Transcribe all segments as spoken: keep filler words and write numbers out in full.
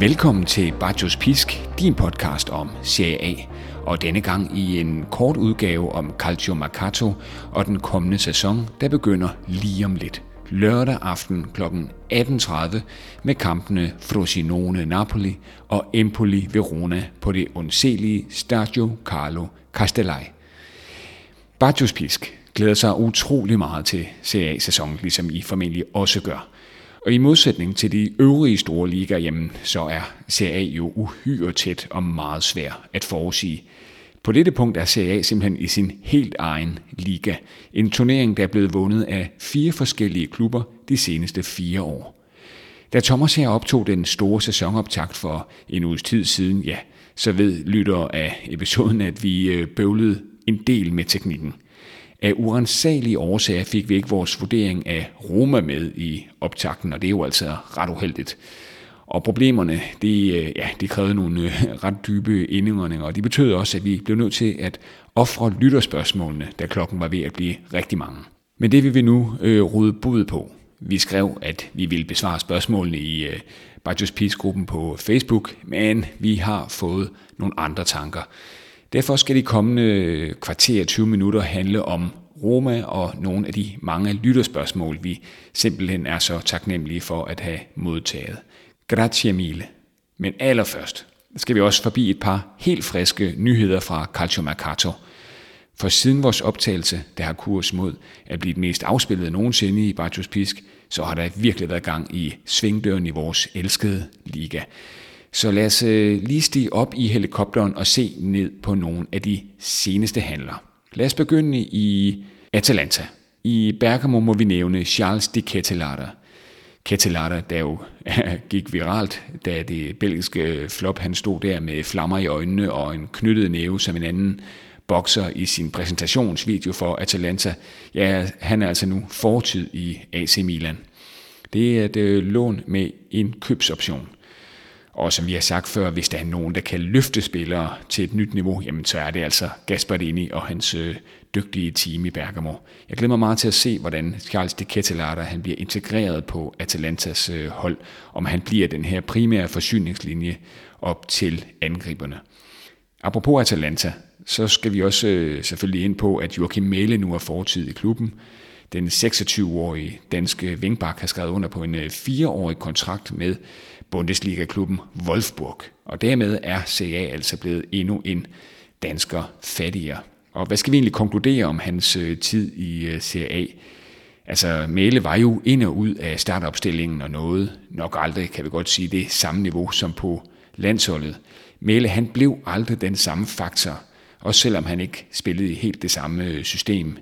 Velkommen til Bajos Pisk, din podcast om Serie A, og denne gang i en kort udgave om Calciomercato og den kommende sæson, der begynder lige om lidt. Lørdag aften kl. atten tredive med kampene Frosinone-Napoli og Empoli-Verona på det undselige Stadio Carlo Castellai. Bajos Pisk glæder sig utrolig meget til Serie A-sæsonen, ligesom I formentlig også gør. Og i modsætning til de øvrige store ligaer, jamen, så er Serie A jo uhyre tæt og meget svær at forudsige. På dette punkt er Serie A simpelthen i sin helt egen liga. En turnering, der er blevet vundet af fire forskellige klubber de seneste fire år. Da Thomas her optog den store sæsonoptakt for en uges tid siden, ja, så ved lyttere af episoden, at vi bøvlede en del med teknikken. Af uransagelige årsager fik vi ikke vores vurdering af Roma med i optakten, og det er jo altså ret uheldigt. Og problemerne, det, ja, det krævede nogle ret dybe indåndinger, og det betød også, at vi blev nødt til at ofre lytterspørgsmålene, da klokken var ved at blive rigtig mange. Men det vil vi nu øh, rode bud på. Vi skrev, at vi ville besvare spørgsmålene i øh, Bajos Pisk-gruppen på Facebook, men vi har fået nogle andre tanker. Derfor skal de kommende kvarter tyve minutter handle om Roma og nogle af de mange lytterspørgsmål, vi simpelthen er så taknemmelige for at have modtaget. Grazie mille. Men allerførst skal vi også forbi et par helt friske nyheder fra Calciomercato. For siden vores optagelse, der har kurs mod at blive det mest afspillede nogensinde i Bajos Pisk, så har der virkelig været gang i svingdøren i vores elskede liga. Så lad os lige stige op i helikopteren og se ned på nogle af de seneste handler. Lad os begynde i Atalanta. I Bergamo må vi nævne Charles de Ketelaere. Ketelaere, der jo gik viralt, da det belgiske flop, han stod der med flammer i øjnene og en knyttet næve som en anden bokser i sin præsentationsvideo for Atalanta. Ja, han er altså nu fortid i A C Milan. Det er et lån med en købsoption. Og som vi har sagt før, hvis der er nogen, der kan løfte spillere til et nyt niveau, jamen så er det altså Gasperini og hans øh, dygtige team i Bergamo. Jeg glæder mig meget til at se, hvordan Charles de Ketelaere han bliver integreret på Atalantas øh, hold, om han bliver den her primære forsyningslinje op til angriberne. Apropos Atalanta, så skal vi også øh, selvfølgelig ind på, at Joachim Mähle nu er fortid i klubben. Den seksogtyve-årige danske vingbak har skrevet under på en øh, fireårig kontrakt med Bundesliga-klubben Wolfsburg, og dermed er Serie A altså blevet endnu en dansker fattigere. Og hvad skal vi egentlig konkludere om hans øh, tid i øh, Serie A? Altså, Mähle var jo ind og ud af startopstillingen og noget, nok aldrig, kan vi godt sige, det samme niveau som på landsholdet. Mähle, han blev aldrig den samme faktor, også selvom han ikke spillede i helt det samme system.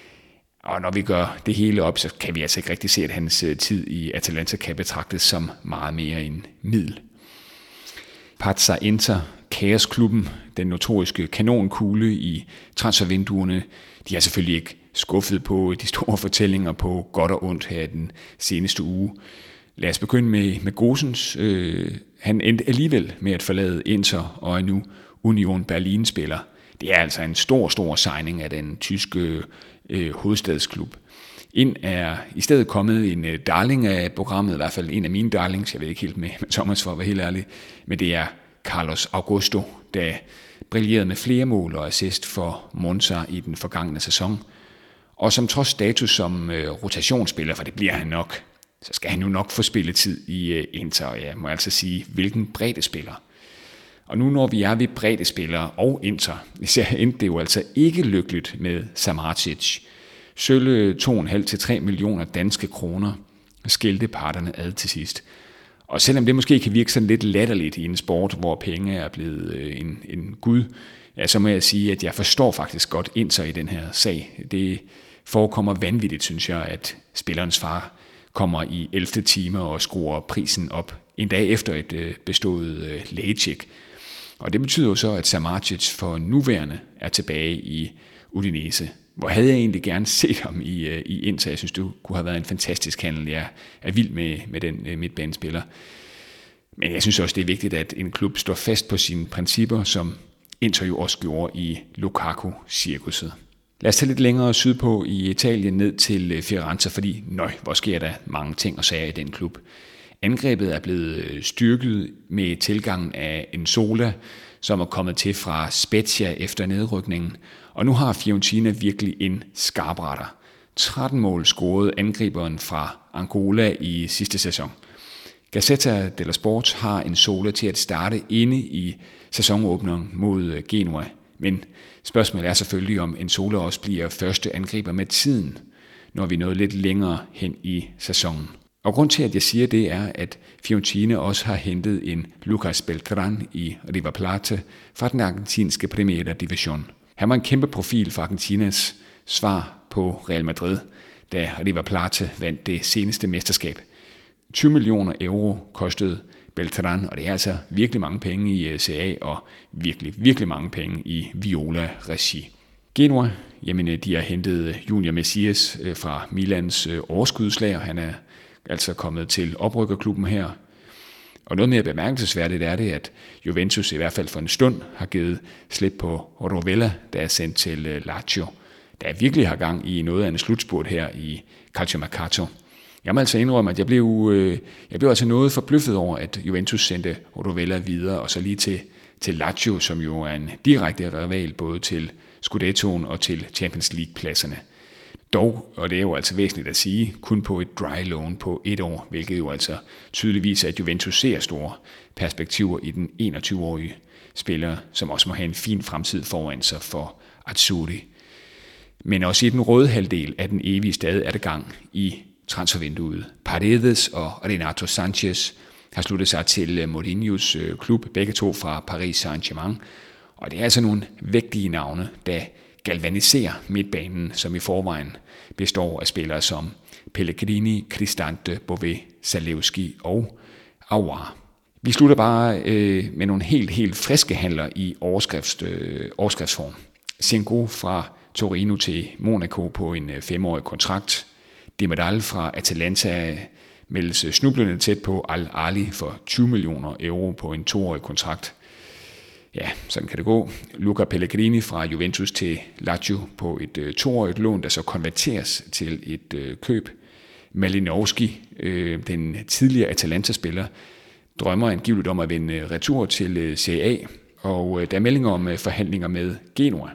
Og når vi gør det hele op, så kan vi altså ikke rigtig se, at hans tid i Atalanta kan betragtes som meget mere en middel. Pazza Inter, kaosklubben, den notoriske kanonkugle i transfervinduerne, de er selvfølgelig ikke skuffet på de store fortællinger på godt og ondt her den seneste uge. Lad os begynde med, med Gosens. Øh, han endte alligevel med at forlade Inter og er nu Union Berlin-spiller. Det er altså en stor, stor signing af den tyske øh, hovedstadsklub. Ind er i stedet kommet en øh, darling af programmet, i hvert fald en af mine darlings, jeg ved ikke helt med, med Thomas for at være helt ærlig, men det er Carlos Augusto, der brillerede med flere mål og assist for Monza i den forgangne sæson. Og som trods status som øh, rotationsspiller, for det bliver han nok, så skal han jo nok få spilletid i øh, Inter, og jeg må altså sige, hvilken breddespiller. Og nu når vi er ved breddespillere og Inter, så endte det jo altså ikke lykkeligt med Samardzic. Sølle to komma fem til tre millioner danske kroner skilte parterne ad til sidst. Og selvom det måske kan virke sådan lidt latterligt i en sport, hvor penge er blevet en, en gud, ja, så må jeg sige, at jeg forstår faktisk godt Inter i den her sag. Det forekommer vanvittigt, synes jeg, at spillerens far kommer i ellevte time og skruer prisen op, en dag efter et bestået lægetjek. Og det betyder jo så, at Samardzic for nuværende er tilbage i Udinese. Hvor havde jeg egentlig gerne set ham i, i Inter. Jeg synes, det kunne have været en fantastisk handel. Jeg er vild med, med den midtbanespiller. Men jeg synes også, det er vigtigt, at en klub står fast på sine principper, som Inter jo også gjorde i Lukaku-cirkuset. Lad os tage lidt længere sydpå i Italien ned til Firenze, fordi nøj, hvor sker der mange ting og sager i den klub. Angrebet er blevet styrket med tilgangen af Nzola, som er kommet til fra Spezia efter nedrykningen, og nu har Fiorentina virkelig en skarpretter. tretten mål scorede angriberen fra Angola i sidste sæson. Gazzetta dello Sport har Nzola til at starte inde i sæsonåbningen mod Genoa, men spørgsmålet er selvfølgelig, om Nzola også bliver første angriber med tiden, når vi er nået lidt længere hen i sæsonen. Og grund til, at jeg siger det, er, at Fiorentina også har hentet en Lucas Beltran i River Plate fra den argentinske Primera Division. Han var en kæmpe profil for Argentinas svar på Real Madrid, da River Plate vandt det seneste mesterskab. tyve millioner euro kostede Beltran, og det er altså virkelig mange penge i C A og virkelig, virkelig mange penge i Viola-regi. Genoa, jamen de har hentet Junior Messias fra Milans overskudslag, og han er altså kommet til oprykkerklubben her. Og noget mere bemærkelsesværdigt er det, at Juventus i hvert fald for en stund har givet slip på Rovella, der er sendt til Lazio, der virkelig har gang i noget af en slutspurt her i Calciomercato. Jeg må altså indrømme, at jeg blev, jeg blev altså noget forbløffet over, at Juventus sendte Rovella videre, og så lige til, til Lazio, som jo er en direkte rival både til Scudettoen og til Champions League-pladserne. Dog, og det er jo altså væsentligt at sige, kun på et dry loan på et år, hvilket jo altså tydeligvis er, at Juventus ser store perspektiver i den enogtyve-årige spiller, som også må have en fin fremtid foran sig for Azzurri. Men også i den røde halvdel af den evige stad er der gang i transfervinduet. Paredes og Renato Sanchez har sluttet sig til Mourinhos klub, begge to fra Paris Saint-Germain, og det er altså nogle vægtige navne, der galvaniserer midtbanen, som i forvejen består af spillere som Pellegrini, Cristante, Bové, Zalewski og Aouar. Vi slutter bare øh, med nogle helt, helt friske handler i overskrift, øh, overskriftsform. Sengo fra Torino til Monaco på en øh, femårig kontrakt. Demiral fra Atalanta meldes snublende tæt på Al-Ali for tyve millioner euro på en toårig kontrakt. Ja, sådan kan det gå. Luca Pellegrini fra Juventus til Lazio på et øh, toårigt lån, der så konverteres til et øh, køb. Malinowski, øh, den tidligere Atalanta-spiller, drømmer angiveligt om at vende retur til øh, Serie A, og øh, der er meldinger om øh, forhandlinger med Genoa.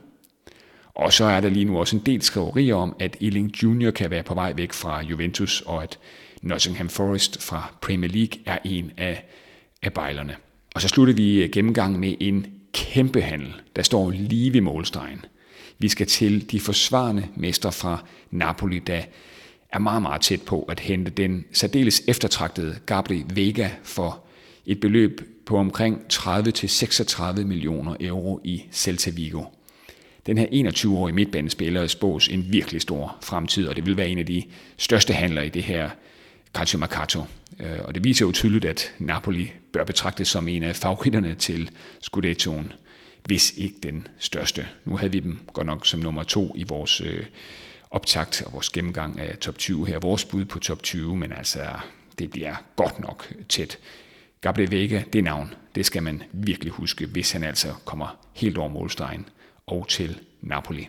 Og så er der lige nu også en del skriverier om, at Ealing junior kan være på vej væk fra Juventus, og at Nottingham Forest fra Premier League er en af, af bejlerne. Og så slutter vi gennemgangen med en kæmpe handel, der står lige ved målstregen. Vi skal til de forsvarende mestre fra Napoli, der er meget, meget tæt på at hente den særdeles eftertragtede Gabri Vega for et beløb på omkring tredive til seksogtredive millioner euro i Celta Vigo. Den her enogtyve-årige midtbanespiller spås en virkelig stor fremtid, og det vil være en af de største handler i det her Calciomercato. Og det viser jo tydeligt, at Napoli bør betragtes som en af favoritterne til Scudettoen, hvis ikke den største. Nu havde vi dem godt nok som nummer to i vores øh, optakt og vores gennemgang af top tyve her. Vores bud på top tyve, men altså, det bliver godt nok tæt. Gabriel Vega, det navn, det skal man virkelig huske, hvis han altså kommer helt over målstregen og til Napoli.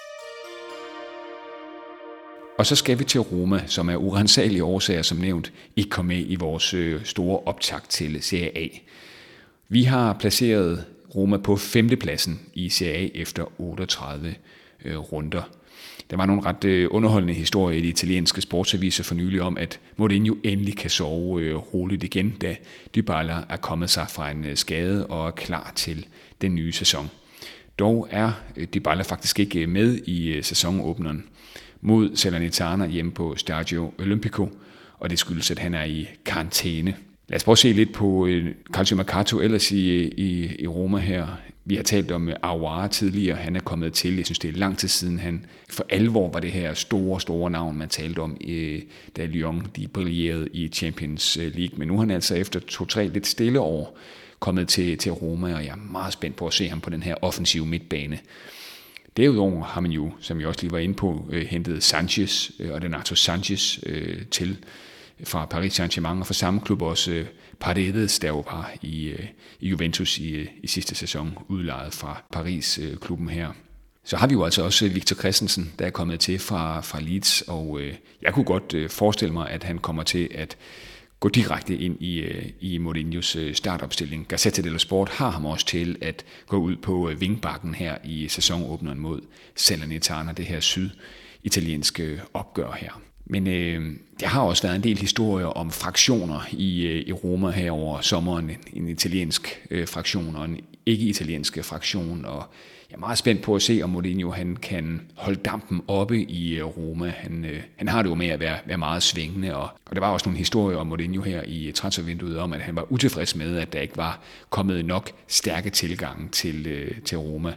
Og så skal vi til Roma, som af urensagelige årsager, som nævnt, ikke kom med i vores store optakt til Serie A. Vi har placeret Roma på femtepladsen i Serie A efter otteogtredive øh, runder. Der var nogle ret øh, underholdende historier i de italienske sportsaviser for nylig om, at Mourinho endelig kan sove øh, roligt igen, da Dybala er kommet sig fra en øh, skade og er klar til den nye sæson. Dog er øh, Dybala faktisk ikke med i øh, sæsonåbneren mod Salernitana hjemme på Stadio Olimpico, og det skyldes, at han er i karantæne. Lad os prøve at se lidt på Calciomercato ellers i, i, i Roma her. Vi har talt om Aouar tidligere, han er kommet til. Jeg synes, det er lang tid siden, han for alvor var det her store, store navn, man talte om, da Lyon de brillerede i Champions League. Men nu er han altså efter to-tre lidt stille år kommet til, til Roma, og jeg er meget spændt på at se ham på den her offensive midtbane. Derudover har man jo, som jeg også lige var inde på, hentet Sanchez og Renato Sanchez til fra Paris Saint-Germain, og fra samme klub også Paredes, der jo var i, i Juventus i, i sidste sæson, udlejet fra Paris-klubben her. Så har vi jo altså også Victor Christensen, der er kommet til fra, fra Leeds, og øh, jeg kunne godt øh, forestille mig, at han kommer til at gå direkte ind i, i Mourinhos startopstilling. Gazzetta dello Sport har ham også til at gå ud på vingbakken her i sæsonåbneren mod Salernitana, det her syditalienske opgør her. Men øh, der har også været en del historier om fraktioner i, øh, i Roma her over sommeren. En italiensk øh, fraktion og en ikke-italiensk fraktion. Og jeg er meget spændt på at se, om Mourinho han kan holde dampen oppe i øh, Roma. Han, øh, han har det jo med at være, være meget svingende. Og, og der var også nogle historier om Mourinho her i transfervinduet om, at han var utilfreds med, at der ikke var kommet nok stærke tilgang til, øh, til Roma.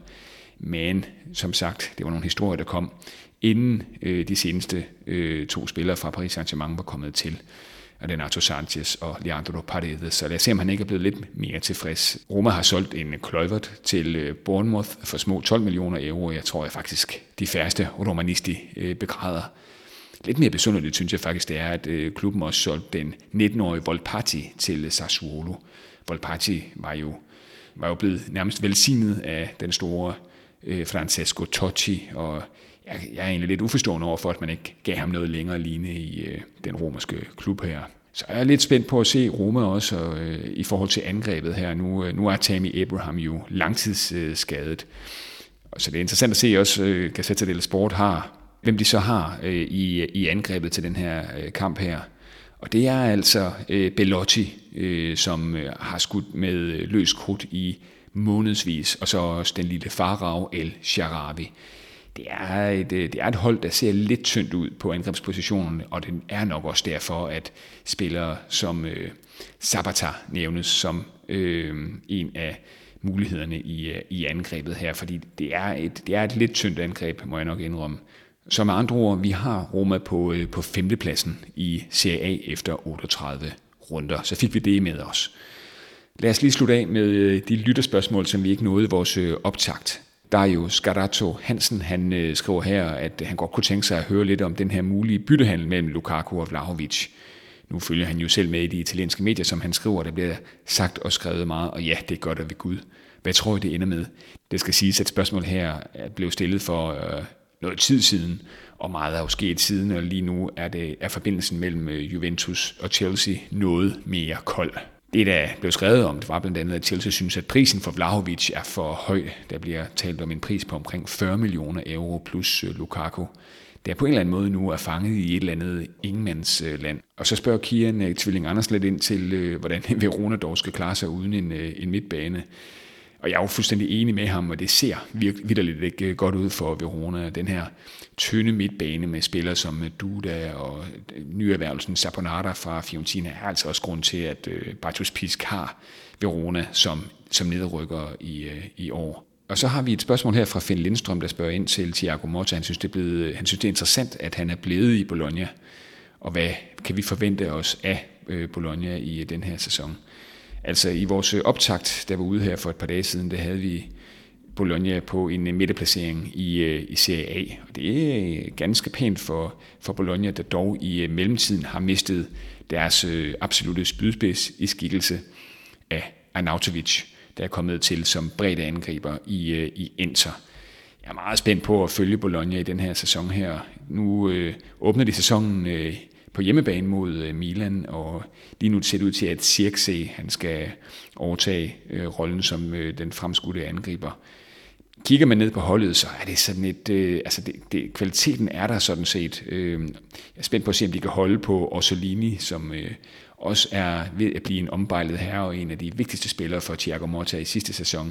Men som sagt, det var nogle historier, der kom inden øh, de seneste øh, to spillere fra Paris Saint-Germain var kommet til, Renato Sanchez og Leandro Paredes. Så lad os se, om han ikke er blevet lidt mere tilfreds. Roma har solgt en Kluivert til øh, Bournemouth for små tolv millioner euro. Jeg tror jeg faktisk, de færreste romanisti øh, begræder. Lidt mere besynderligt synes jeg faktisk, det er, at øh, klubben også solgte den nitten-årige Volpatti til Sassuolo. Volpatti var jo, var jo blevet nærmest velsignet af den store øh, Francesco Totti, og Jeg, jeg er egentlig lidt uforstående over for, at man ikke gav ham noget længere ligne i øh, den romerske klub her. Så jeg er lidt spændt på at se Roma også og, øh, i forhold til angrebet her. Nu, øh, nu er Tammy Abraham jo langtidsskadet. Øh, så det er interessant at se også, øh, Gazzetta dello Sport har, hvem de så har øh, i, i angrebet til den her øh, kamp her. Og det er altså øh, Belotti, øh, som øh, har skudt med øh, løs krudt i månedsvis, og så også den lille Farao El Shaarawy. Det er, et, det er et hold, der ser lidt tyndt ud på angrebspositionen, og det er nok også derfor, at spillere som øh, Zapata nævnes som øh, en af mulighederne i, i angrebet her, fordi det er, et, det er et lidt tyndt angreb, må jeg nok indrømme. Så med andre ord, vi har Roma på, øh, på femtepladsen i Serie A efter otteogtredive runder, så fik vi det med os. Lad os lige slutte af med de lytterspørgsmål, som vi ikke nåede i vores optakt. Dario Scarazzo Hansen, han øh, skriver her, at han godt kunne tænke sig at høre lidt om den her mulige byttehandel mellem Lukaku og Vlahovic. Nu følger han jo selv med i de italienske medier, som han skriver, der bliver sagt og skrevet meget, og ja, det er godt at ved Gud. Hvad tror I, det ender med? Det skal siges, at spørgsmålet her blev stillet for øh, noget tid siden, og meget er jo sket siden, og lige nu er, det, er forbindelsen mellem øh, Juventus og Chelsea noget mere kold. Det, der blev skrevet om, det var blandt andet, at Chelsea synes, at prisen for Vlahovic er for høj. Der bliver talt om en pris på omkring fyrre millioner euro plus Lukaku. Der på en eller anden måde nu er fanget i et eller andet ingenmandsland. Og så spørger Kian Tvilling Anders lidt ind til, hvordan Verona dog skal klare sig uden en, en midtbane. Og jeg er jo fuldstændig enig med ham, og det ser virkelig vitterligt ikke godt ud for Verona. Den her tynde midtbane med spillere som Duda og nyerhvervelsen Saponara fra Fiorentina er altså også grund til, at Bartosz Pisk har Verona som, som nederrykker i, i år. Og så har vi et spørgsmål her fra Finn Lindstrøm, der spørger ind til Thiago Motta. Han synes, det er blevet, han synes, det er interessant, at han er blevet i Bologna. Og hvad kan vi forvente os af Bologna i den her sæson? Altså i vores optakt, der var ude her for et par dage siden, der havde vi Bologna på en midterplacering i, i Serie A. Og det er ganske pænt for, for Bologna, der dog i mellemtiden har mistet deres absolutte spydspids i skikkelse af Arnautovic, der er kommet til som bredde angriber i, i Inter. Jeg er meget spændt på at følge Bologna i den her sæson her. Nu øh, åbner de sæsonen øh, på hjemmebane mod Milan, og lige nu ser det ud til, at Zirkzee, han skal overtage øh, rollen som øh, den fremskudte angriber. Kigger man ned på holdet, så er det sådan et, øh, altså det, det, kvaliteten er der sådan set. Øh, jeg er spændt på at se, om de kan holde på Orsolini, som øh, også er ved at blive en ombejlet herre og en af de vigtigste spillere for Thiago Motta i sidste sæson.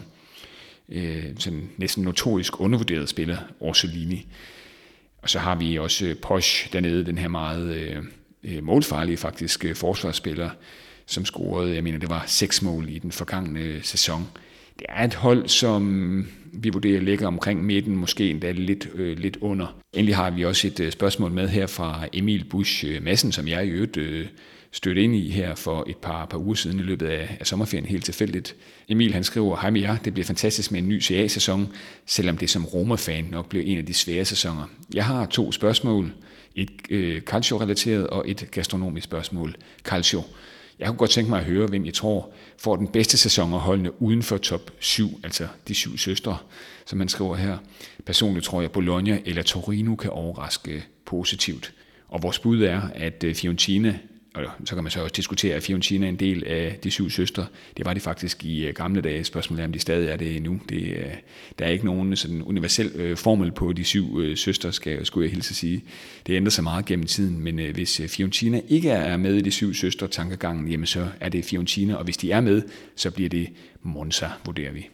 Øh, sådan næsten notorisk undervurderet spiller, Orsolini. Og så har vi også Posch dernede, den her meget øh, målfarlige faktisk øh, forsvarsspiller, som scorede, jeg mener det var seks mål i den forgangne sæson. Det er et hold, som vi vurderer ligger omkring midten, måske endda lidt, øh, lidt under. Endelig har vi også et øh, spørgsmål med her fra Emil Busch Madsen, som jeg i øvrigt øh, stødte ind i her for et par, par uger siden i løbet af, af sommerferien helt tilfældigt. Emil han skriver, hej med jer, det bliver fantastisk med en ny Serie A-sæson, selvom det som Roma-fan nok bliver en af de svære sæsoner. Jeg har to spørgsmål, et øh, calcio-relateret og et gastronomisk spørgsmål. Calcio. Jeg kunne godt tænke mig at høre, hvem jeg tror får den bedste sæson af holdene uden for top syv, altså de syv søstre, som man skriver her. Personligt tror jeg, Bologna eller Torino kan overraske positivt. Og vores bud er, at Fiorentina og så kan man så også diskutere, at Fiorentina er en del af de syv søstre. Det var de faktisk i gamle dage. Spørgsmålet er, om de stadig er det nu. Det, der er ikke nogen sådan universel formel på de syv søstre, skal, skulle jeg hilse at sige. Det ændrer sig meget gennem tiden, men hvis Fiorentina ikke er med i de syv søstre tankegangen, jamen så er det Fiorentina, og hvis de er med, så bliver det Monza, vurderer vi.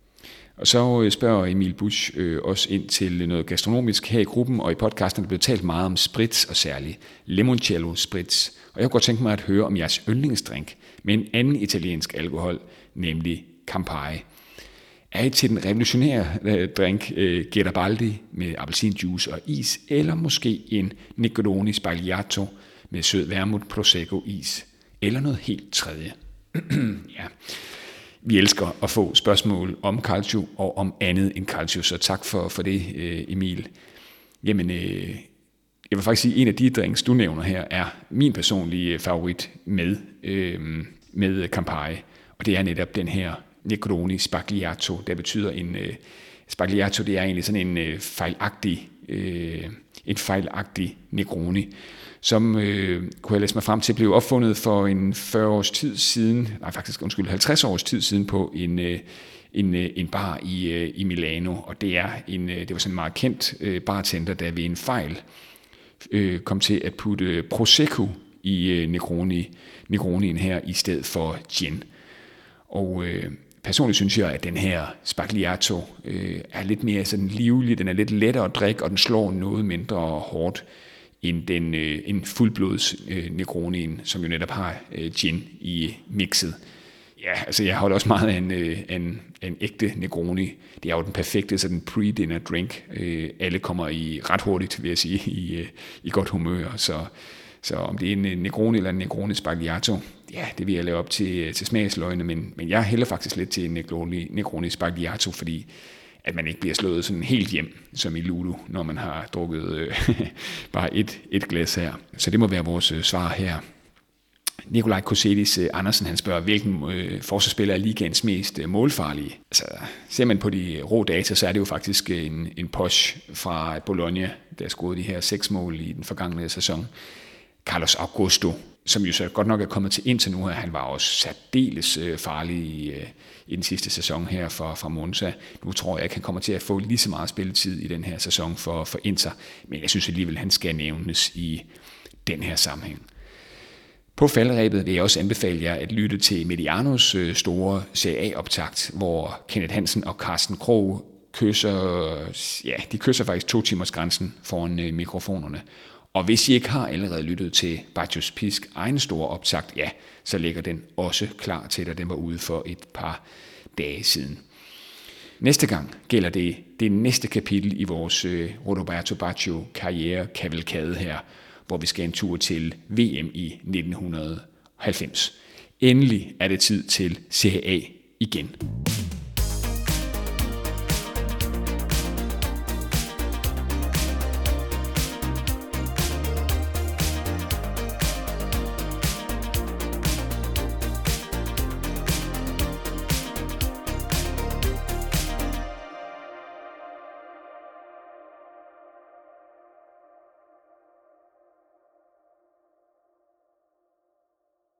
Og så spørger Emil Busch øh, også ind til noget gastronomisk her i gruppen, og i podcasten er der blevet talt meget om sprits, og særligt limoncello sprits. Og jeg kunne godt tænke mig at høre om jeres yndlingsdrink med en anden italiensk alkohol, nemlig Campari. Er I til den revolutionære øh, drink øh, Garibaldi med appelsinjuice og is, eller måske en Negroni Sbagliato med sød vermouth prosecco is, eller noget helt tredje? Ja. Vi elsker at få spørgsmål om calcio og om andet end calcio, så tak for, for det, Emil. Jamen, øh, jeg vil faktisk sige, at en af de drinks, du nævner her, er min personlige favorit med, øh, med Campari, og det er netop den her Negroni Sbagliato. Det betyder en øh, Sbagliato, det er egentlig sådan en øh, fejlagtig, øh, en fejlagtig Negroni, som øh, kunne jeg læse mig frem til, blev opfundet for en fyrre års tid siden, nej faktisk undskyld, halvtreds års tid siden på en, øh, en, øh, en bar i, øh, i Milano, og det er en, øh, det var sådan en meget kendt øh, bartender, der ved en fejl øh, kom til at putte Prosecco i øh, Negroni, Negronien her i stedet for gin. Og øh, personligt synes jeg, at den her Sbagliato øh, er lidt mere sådan livlig, den er lidt lettere at drikke, og den slår noget mindre hårdt end den øh, en fuldblods øh, Negronien, som jo netop har øh, gin i mixet. Ja, altså jeg holder også meget af en, øh, en, en ægte Negroni. Det er jo den perfekte sådan pre-dinner drink. Øh, alle kommer i ret hurtigt, vil jeg sige, i, øh, i godt humør. Så, så om det er en Negroni eller en Negroni Sbagliato, ja, det vil jeg lave op til, til smagsløgene, men, men jeg hælder faktisk lidt til en Negroni, Negroni Sbagliato, fordi at man ikke bliver slået sådan helt hjem, som i Ludo, når man har drukket øh, bare et, et glas her. Så det må være vores øh, svar her. Nikolaj Kosedis øh, Andersen, han spørger, hvilken øh, forsvarsspiller er ligaens mest øh, målfarlige? Altså, ser man på de rå data, så er det jo faktisk en, en Posch fra Bologna, der scorede de her seks mål i den forgangne sæson. Carlos Augusto, som jo så godt nok er kommet til indtil nu her, han var også særdeles øh, farlig i, øh, i den sidste sæson her for, for Monza. Nu tror jeg, at han kommer til at få lige så meget spilletid i den her sæson for, for Inter, men jeg synes alligevel, at han skal nævnes i den her sammenhæng. På faldrebet vil jeg også anbefale jer at lytte til Medianos øh, store Serie A-optakt, hvor Kenneth Hansen og Carsten Krog kysser, ja, de kysser faktisk to timers grænsen foran øh, mikrofonerne. Og hvis I ikke har allerede lyttet til Bartosz Pisk egen store optakt, ja, så ligger den også klar til, at den var ude for et par dage siden. Næste gang gælder det det næste kapitel i vores øh, Roberto Baggio karriere-kavalkade her, hvor vi skal en tur til V M i nitten halvfems. Endelig er det tid til Serie A igen.